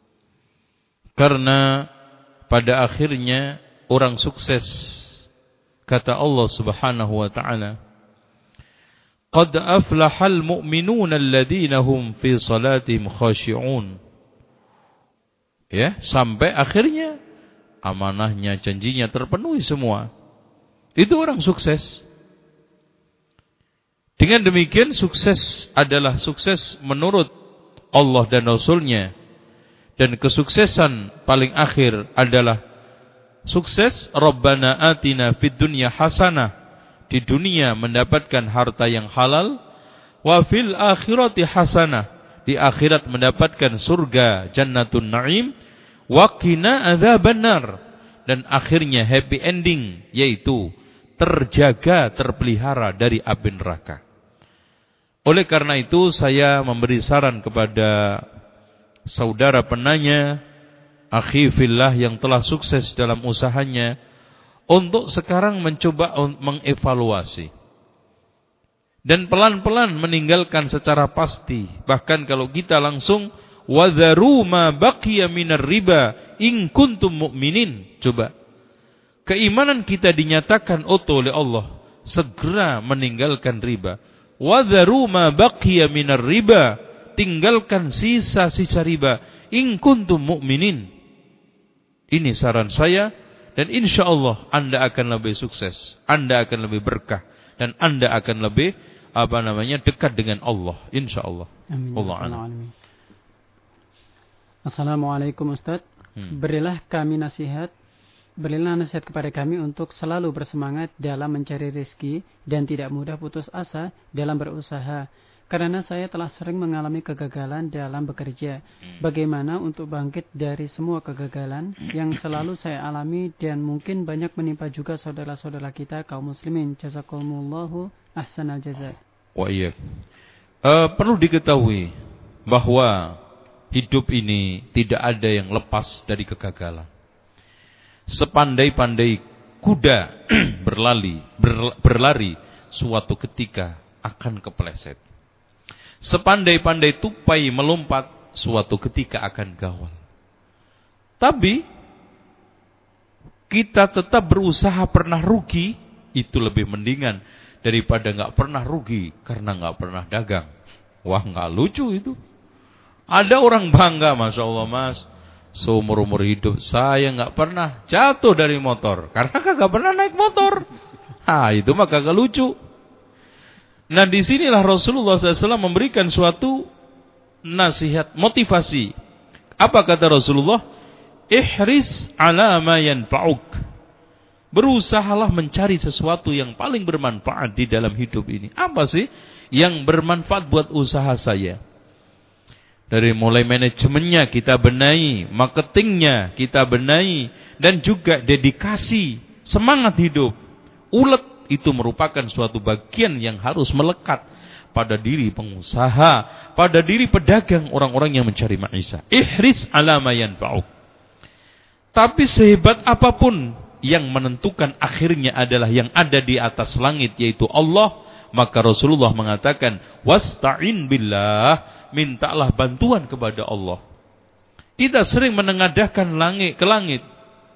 Karena pada akhirnya orang sukses, kata Allah Subhanahu wa taala, qad aflahal mu'minuna alladhina hum fi salatihim khashi'un. Ya, sampai akhirnya amanahnya, janjinya terpenuhi semua. Itu orang sukses. Dengan demikian sukses adalah sukses menurut Allah dan Rasul-Nya. Dan kesuksesan paling akhir adalah sukses Rabbana atina fid dunya hasanah, di dunia mendapatkan harta yang halal, wa fil akhirati hasanah, di akhirat mendapatkan surga jannatun na'im, wa qina adzabannar, dan akhirnya happy ending, yaitu terjaga, terpelihara dari api neraka. Oleh karena itu saya memberi saran kepada saudara penanya, akhi fillah yang telah sukses dalam usahanya, untuk sekarang mencoba mengevaluasi dan pelan-pelan meninggalkan secara pasti. Bahkan kalau kita langsung wadharu ma baqiya minar riba in kuntum mu'minin, coba keimanan kita dinyatakan utuh oleh Allah, segera meninggalkan riba. Wadharu ma baqiya minar riba, tinggalkan sisa-sisa riba, in kuntum mu'minin. Ini saran saya, dan insya Allah Anda akan lebih sukses, Anda akan lebih berkah, dan Anda akan lebih apa namanya dekat dengan Allah, insya Allah. Amin. Allah Amin. Assalamualaikum Ustaz. Hmm. Berilah kami nasihat berilah nasihat kepada kami untuk selalu bersemangat dalam mencari rezeki dan tidak mudah putus asa dalam berusaha. Karena saya telah sering mengalami kegagalan dalam bekerja. Bagaimana untuk bangkit dari semua kegagalan yang selalu saya alami dan mungkin banyak menimpa juga saudara-saudara kita kaum muslimin. Jazakumullahu ahsanal jaza. Wa iyyak. Uh, perlu diketahui bahwa hidup ini tidak ada yang lepas dari kegagalan. Sepandai-pandai kuda berlari, ber, berlari suatu ketika akan kepleset. Sepandai-pandai tupai melompat, suatu ketika akan gawal. Tapi kita tetap berusaha pernah rugi, itu lebih mendingan daripada nggak pernah rugi karena nggak pernah dagang. Wah, nggak lucu itu. Ada orang bangga, masya Allah mas, seumur-umur hidup saya nggak pernah jatuh dari motor karena kagak pernah naik motor. Ah, itu mah kagak lucu. Nah, disinilah Rasulullah shallallahu alaihi wasallam memberikan suatu nasihat, motivasi. Apa kata Rasulullah? Ihris ala ma yanfa'uk. Berusahalah mencari sesuatu yang paling bermanfaat di dalam hidup ini. Apa sih yang bermanfaat buat usaha saya? Dari mulai manajemennya kita benahi, marketingnya kita benahi, dan juga dedikasi, semangat hidup, ulet. Itu merupakan suatu bagian yang harus melekat pada diri pengusaha, pada diri pedagang, orang-orang yang mencari maisha. Ihris ala ma yanfa'uk. Tapi sehebat apapun, yang menentukan akhirnya adalah yang ada di atas langit, yaitu Allah. Maka Rasulullah mengatakan, wasta'in billah, mintalah bantuan kepada Allah. Kita sering menengadahkan langit ke langit,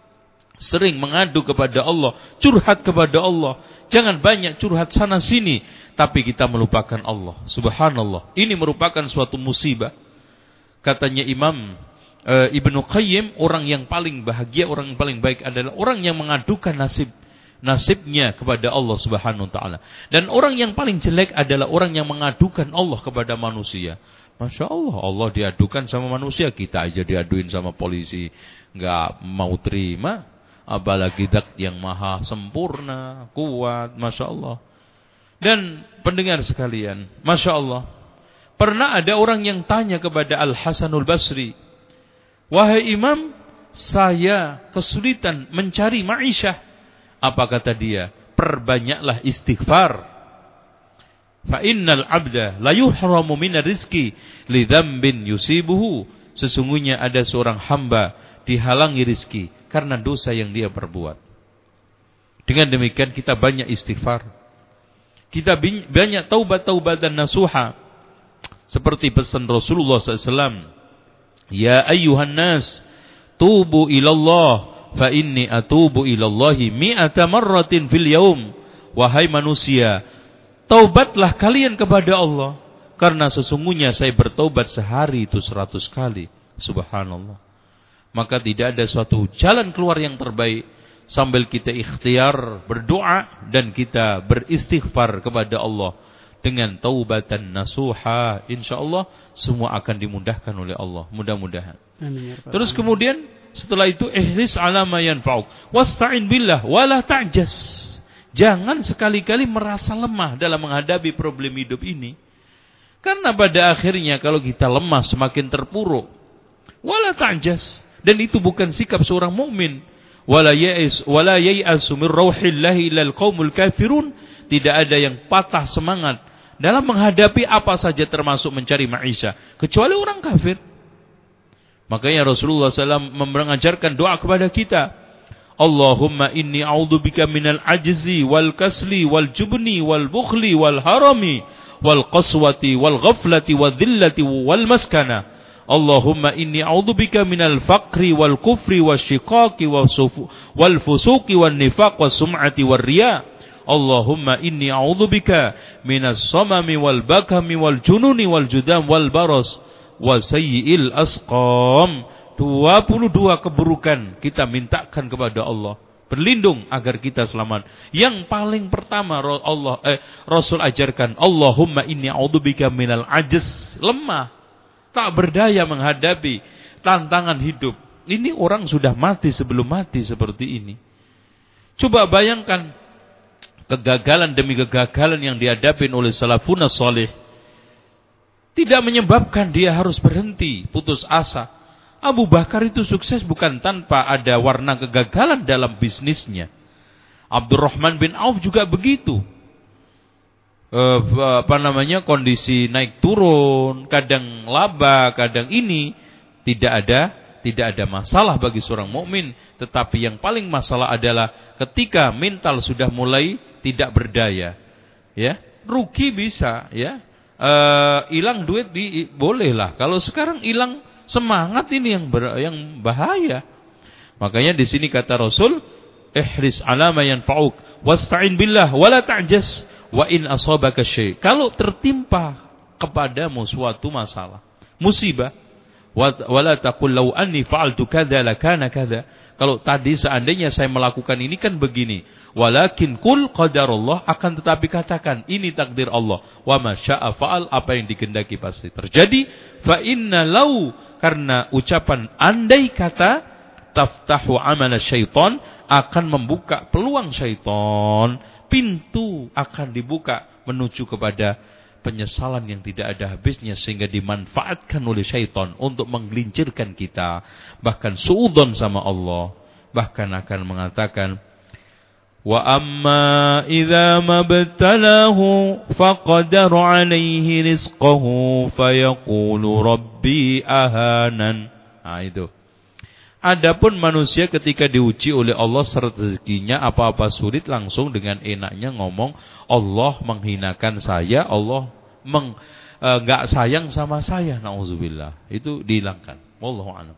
sering mengadu kepada Allah, curhat kepada Allah. Jangan banyak curhat sana sini, tapi kita melupakan Allah. Subhanallah. Ini merupakan suatu musibah. Katanya Imam e, Ibnu Qayyim, orang yang paling bahagia, orang yang paling baik adalah orang yang mengadukan nasib nasibnya kepada Allah Subhanahu wa taala. Dan orang yang paling jelek adalah orang yang mengadukan Allah kepada manusia. Masya Allah, Allah diadukan sama manusia, kita aja diaduin sama polisi, nggak mau terima. Apalagi zat yang maha sempurna, kuat, masya Allah. Dan pendengar sekalian, masya Allah, pernah ada orang yang tanya kepada Al Hasanul Basri, wahai Imam, saya kesulitan mencari ma'isyah. Apa kata dia? Perbanyaklah istighfar. Fa innal abda la yuhramu minar rizki li dzambin yusibuhu. Sesungguhnya ada seorang hamba dihalangi rizki karena dosa yang dia perbuat. Dengan demikian kita banyak istighfar, kita banyak taubat-taubat dan nasuha. Seperti pesan Rasulullah shallallahu alaihi wasallam, ya ayyuhan nas, tubu ilallah, fa inni atubu ilallahi mi'ata marratin fil yaum. Wahai manusia, taubatlah kalian kepada Allah, karena sesungguhnya saya bertaubat sehari itu seratus kali. Subhanallah. Maka tidak ada suatu jalan keluar yang terbaik sambil kita ikhtiar berdoa dan kita beristighfar kepada Allah dengan taubatan nasuha. InsyaAllah semua akan dimudahkan oleh Allah, mudah-mudahan. Amin. Terus kemudian setelah itu ihris ala ma yanfa'uk wasta'in billah wala ta'jas. Jangan sekali-kali merasa lemah dalam menghadapi problem hidup ini, karena pada akhirnya kalau kita lemah semakin terpuruk. Wala ta'jas. Dan itu bukan sikap seorang mukmin. Wala ya'is wala ya'asu min rauhillahi ilal qaumul kafirun. Tidak ada yang patah semangat dalam menghadapi apa saja termasuk mencari maisha kecuali orang kafir. Makanya Rasulullah shallallahu alaihi wasallam mengajarkan doa kepada kita. Allahumma inni a'udzubika minal ajzi wal kasli wal jubni wal bukhli wal harami wal qaswati wal ghaflati wal dhillati wal maskana. Allahumma inni a'udzubika minal faqri wal kufri wasyiqaqi wal fusuqi wan nifaq was sum'ati war riya. Allahumma inni a'udzubika minas samami wal bakami wal jununi wal judam wal baras wa sayyi'il asqam. dua puluh dua keburukan kita mintakan kepada Allah, berlindung agar kita selamat. Yang paling pertama Allah eh, Rasul ajarkan, Allahumma inni a'udzubika minal ajz, lemah, tak berdaya menghadapi tantangan hidup. Ini orang sudah mati sebelum mati seperti ini. Coba bayangkan kegagalan demi kegagalan yang dihadapi oleh salafun salih. Tidak menyebabkan dia harus berhenti, putus asa. Abu Bakar itu sukses bukan tanpa ada warna kegagalan dalam bisnisnya. Abdurrahman bin Auf juga begitu. E, apa namanya, kondisi naik turun, kadang laba, kadang ini, tidak ada tidak ada masalah bagi seorang mukmin. Tetapi yang paling masalah adalah ketika mental sudah mulai tidak berdaya, ya, rugi bisa, ya, hilang e, duit di, boleh lah. Kalau sekarang hilang semangat, ini yang ber, yang bahaya. Makanya di sini kata Rasul, ihris ala ma yanfa'uk wasta'in billah wala ta'jas wa in asabaka syai'. Kalau tertimpa kepadamu suatu masalah, musibah, wala taqul law anni fa'altu kadza lakana kadza. Kalau tadi seandainya saya melakukan ini kan begini. Walakin kul qadarullah, akan tetapi katakan ini takdir Allah. Wa ma syaa fa'al, apa yang dikehendaki pasti terjadi. Fa inna law, karena ucapan andai kata, taftahu amal syaitan, akan membuka peluang syaitan, pintu akan dibuka menuju kepada penyesalan yang tidak ada habisnya, sehingga dimanfaatkan oleh syaitan untuk menggelincirkan kita, bahkan suudzon sama Allah, bahkan akan mengatakan, wa amma idza mabtalahu faqadara alaihi rizqahu fayaqulu rabbi ahanan. Nah itu. Adapun manusia ketika diuji oleh Allah serta rezekinya apa-apa sulit, langsung dengan enaknya ngomong Allah menghinakan saya, Allah meng, e, gak sayang sama saya. Nauzubillah. Itu dihilangkan. Wallahu a'lam.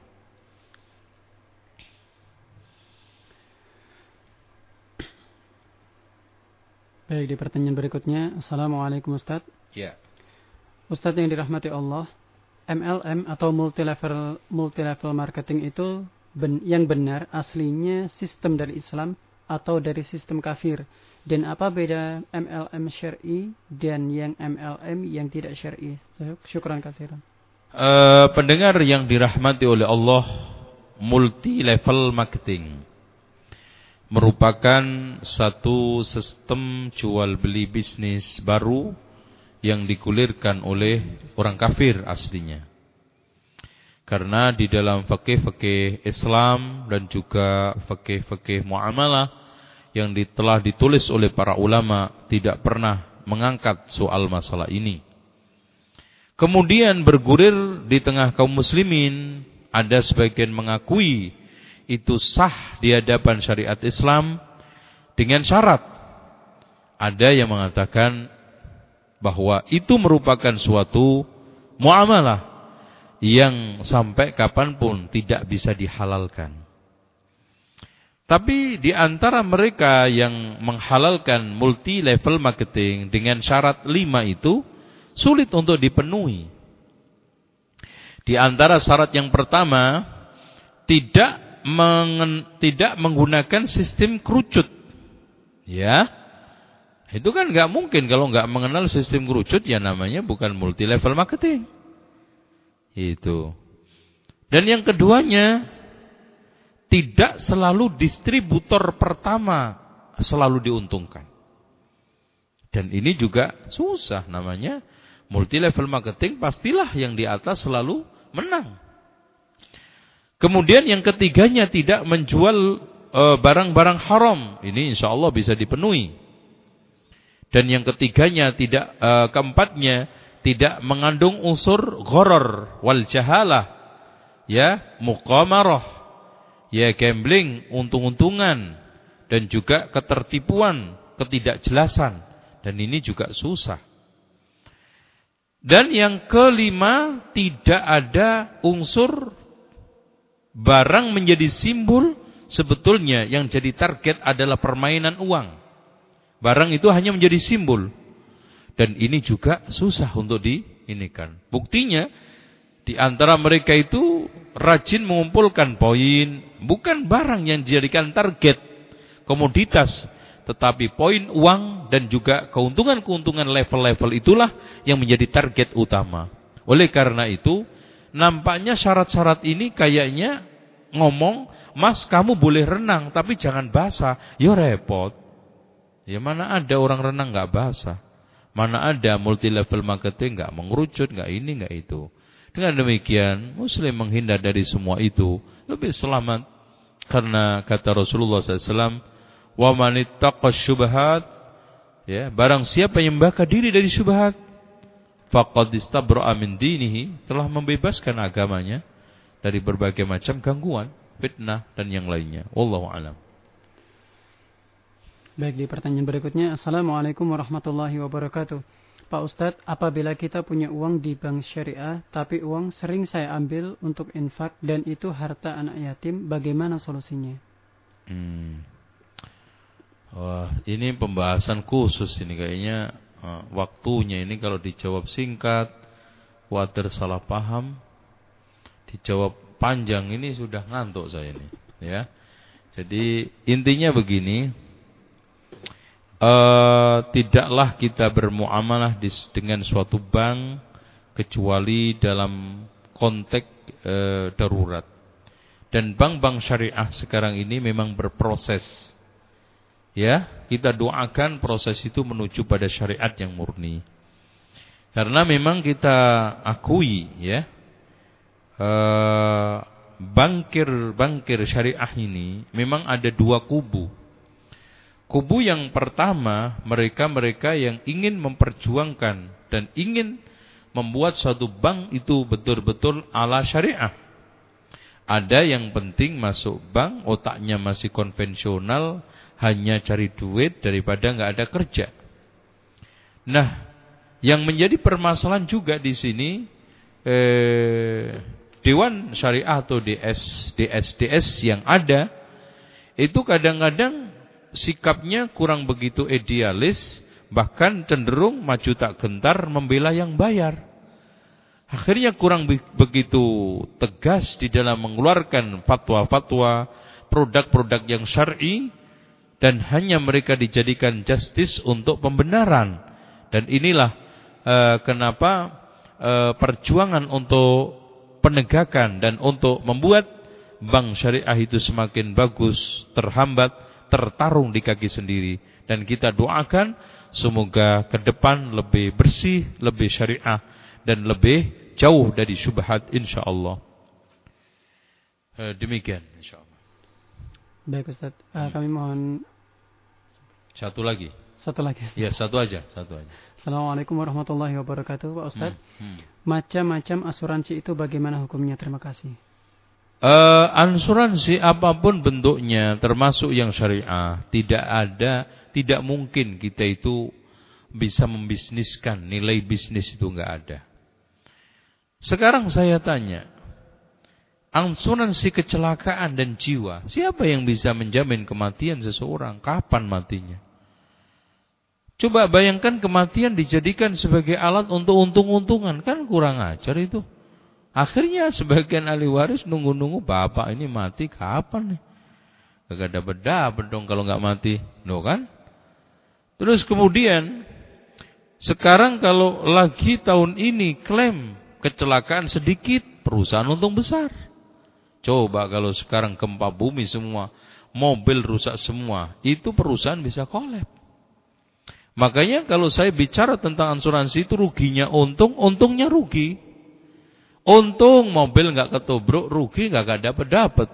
Baik, di pertanyaan berikutnya. Assalamualaikum Ustaz. Ya. Ustaz yang dirahmati Allah, M L M atau multi level multi level marketing itu ben, yang benar aslinya sistem dari Islam atau dari sistem kafir, dan apa beda M L M syar'i dan yang M L M yang tidak syar'i? Syukran katsiran. Uh, pendengar yang dirahmati oleh Allah, multi level marketing merupakan satu sistem jual beli bisnis baru yang digulirkan oleh orang kafir aslinya. Karena di dalam fikih-fikih Islam dan juga fikih-fikih muamalah yang telah ditulis oleh para ulama tidak pernah mengangkat soal masalah ini. Kemudian bergulir di tengah kaum muslimin, ada sebagian mengakui itu sah di hadapan syariat Islam dengan syarat. Ada yang mengatakan bahwa itu merupakan suatu muamalah yang sampai kapanpun tidak bisa dihalalkan. Tapi di antara mereka yang menghalalkan multi level marketing dengan syarat lima itu sulit untuk dipenuhi. Di antara syarat yang pertama, tidak mengen, tidak menggunakan sistem kerucut. Ya. Itu kan nggak mungkin kalau nggak mengenal sistem kerucut, ya namanya bukan multi level marketing. Itu. Dan yang keduanya, tidak selalu distributor pertama selalu diuntungkan. Dan ini juga susah, namanya multi level marketing, pastilah yang di atas selalu menang. Kemudian yang ketiganya, tidak menjual e, barang-barang haram. Ini insya Allah bisa dipenuhi. Dan yang ketiganya, tidak e, keempatnya, tidak mengandung unsur gharar wal jahalah, ya, muqamarah, ya, gambling, untung-untungan, dan juga ketertipuan, ketidakjelasan. Dan ini juga susah. Dan yang kelima, tidak ada unsur barang menjadi simbol. Sebetulnya yang jadi target adalah permainan uang. Barang itu hanya menjadi simbol. Dan ini juga susah untuk diinikan. Buktinya, di antara mereka itu rajin mengumpulkan poin. Bukan barang yang dijadikan target komoditas, tetapi poin uang dan juga keuntungan-keuntungan level-level itulah yang menjadi target utama. Oleh karena itu, nampaknya syarat-syarat ini kayaknya ngomong, "Mas, kamu boleh renang tapi jangan basah." Ya repot. Ya mana ada orang renang enggak basah? Mana ada multi level marketing enggak mengerucut, enggak ini, enggak itu. Dengan demikian, muslim menghindar dari semua itu lebih selamat. Karena kata Rasulullah sallallahu alaihi wasallam, "Wa man ittaqa syubhat," ya, barang siapa yang membaka diri dari syubhat, faqad istabra'a min dinihi, telah membebaskan agamanya dari berbagai macam gangguan, fitnah dan yang lainnya. Wallahu a'lam. Baik, di pertanyaan berikutnya, Assalamualaikum warahmatullahi wabarakatuh. Pak Ustadz, apabila kita punya uang di bank syariah, tapi uang sering saya ambil untuk infak dan itu harta anak yatim, bagaimana solusinya? Hmm. Wah, ini pembahasan khusus ini kayaknya. uh, waktunya ini kalau dijawab singkat, khawatir salah paham. Dijawab panjang ini sudah ngantuk saya ini, ya. Jadi intinya begini. Uh, tidaklah kita bermuamalah di, dengan suatu bank kecuali dalam konteks uh, darurat. Dan bank-bank syariah sekarang ini memang berproses. Ya, kita doakan proses itu menuju pada syariat yang murni. Karena memang kita akui, ya, uh, bankir-bankir syariah ini memang ada dua kubu. Kubu yang pertama, mereka-mereka yang ingin memperjuangkan dan ingin membuat suatu bank itu betul-betul ala syariah. Ada yang penting masuk bank, otaknya masih konvensional, hanya cari duit daripada nggak ada kerja. Nah, yang menjadi permasalahan juga di sini, eh, Dewan Syariah atau D S, D S D S yang ada, itu kadang-kadang sikapnya kurang begitu idealis, bahkan cenderung maju tak gentar membela yang bayar. Akhirnya kurang be- begitu tegas di dalam mengeluarkan fatwa-fatwa, produk-produk yang syar'i, dan hanya mereka dijadikan justice untuk pembenaran. Dan inilah uh, kenapa uh, perjuangan untuk penegakan dan untuk membuat bank syariah itu semakin bagus terhambat, tertarung di kaki sendiri. Dan kita doakan semoga ke depan lebih bersih, lebih syariah, dan lebih jauh dari syubhat insyaallah. Demikian insyaallah. Baik Ustaz, uh, kami mohon satu lagi. Satu lagi. Ya, satu aja, satu aja. Assalamualaikum warahmatullahi wabarakatuh, Pak Ustaz. Hmm, hmm. Macam-macam asuransi itu bagaimana hukumnya? Terima kasih. Uh, asuransi apapun bentuknya, termasuk yang syariah, tidak ada, tidak mungkin kita itu bisa membisniskan, nilai bisnis itu enggak ada. Sekarang saya tanya, asuransi kecelakaan dan jiwa, siapa yang bisa menjamin kematian seseorang? Kapan matinya? Coba bayangkan kematian dijadikan sebagai alat untuk untung-untungan, kan kurang ajar itu. Akhirnya sebagian ahli waris nunggu-nunggu bapak ini mati kapan nih? Gak dapat-dapat dong kalau nggak mati, no kan? Terus kemudian sekarang kalau lagi tahun ini klaim kecelakaan sedikit, perusahaan untung besar. Coba kalau sekarang gempa bumi semua, mobil rusak semua, itu perusahaan bisa kolab. Makanya kalau saya bicara tentang asuransi itu ruginya untung, untungnya rugi. Untung mobil nggak ketubruk, rugi nggak dapat dapat.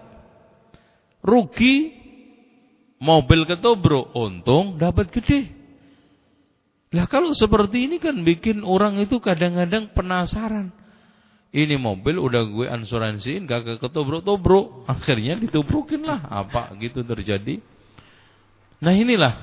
Rugi mobil ketubruk, untung dapat gede. Lah kalau seperti ini kan bikin orang itu kadang-kadang penasaran. Ini mobil udah gue asuransiin nggak ketubruk-tubruk, akhirnya ditubrukin lah, apa gitu terjadi. Nah inilah,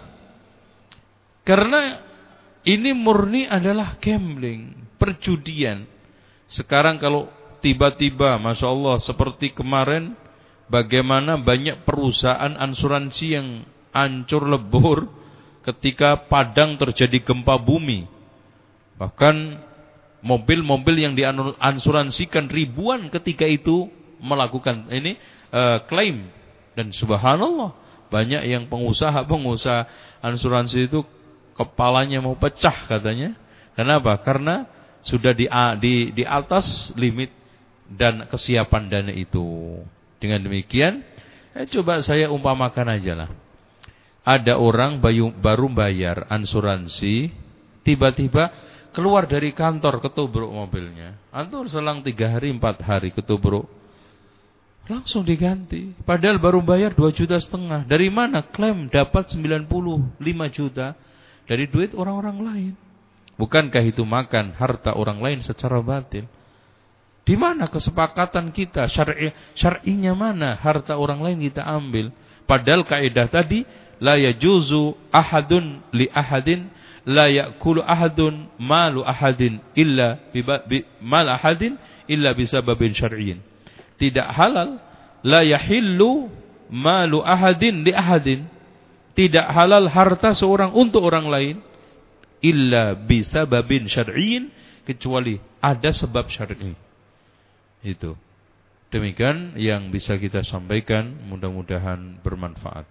karena ini murni adalah gambling, perjudian. Sekarang kalau tiba-tiba, Masya Allah, seperti kemarin, bagaimana banyak perusahaan asuransi yang hancur lebur ketika Padang terjadi gempa bumi. Bahkan mobil-mobil yang diasuransikan ribuan ketika itu melakukan ini uh, klaim. Dan subhanallah, banyak yang pengusaha-pengusaha asuransi itu kepalanya mau pecah katanya. Kenapa? Karena sudah di, di, di atas limit dan kesiapan dana itu. Dengan demikian, eh, coba saya umpamakan aja lah. Ada orang bayu, baru bayar asuransi, tiba-tiba keluar dari kantor ketubruk mobilnya. Antur selang tiga hari, empat hari ketubruk. Langsung diganti. Padahal baru bayar dua juta setengah. Dari mana? Klaim dapat sembilan puluh lima juta dari duit orang-orang lain. Bukankah itu makan harta orang lain secara batil? Di mana kesepakatan kita? Syar'i, syar'inya mana harta orang lain kita ambil? Padahal kaidah tadi, la yajuzu ahadun li ahadin, la ya'kulu ahadun malu ahadin illa bi mal ahadin illa bisababin syar'iyyin. Tidak halal, la yahillu malu ahadin li ahadin. Tidak halal harta seorang untuk orang lain illa bisababin syar'iyyin, kecuali ada sebab syar'i. Itu. Demikian yang bisa kita sampaikan, mudah-mudahan bermanfaat.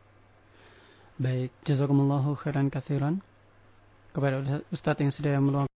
Baik, jazakumullahu khairan katsiran kepada Ustaz yang sudah meluangkan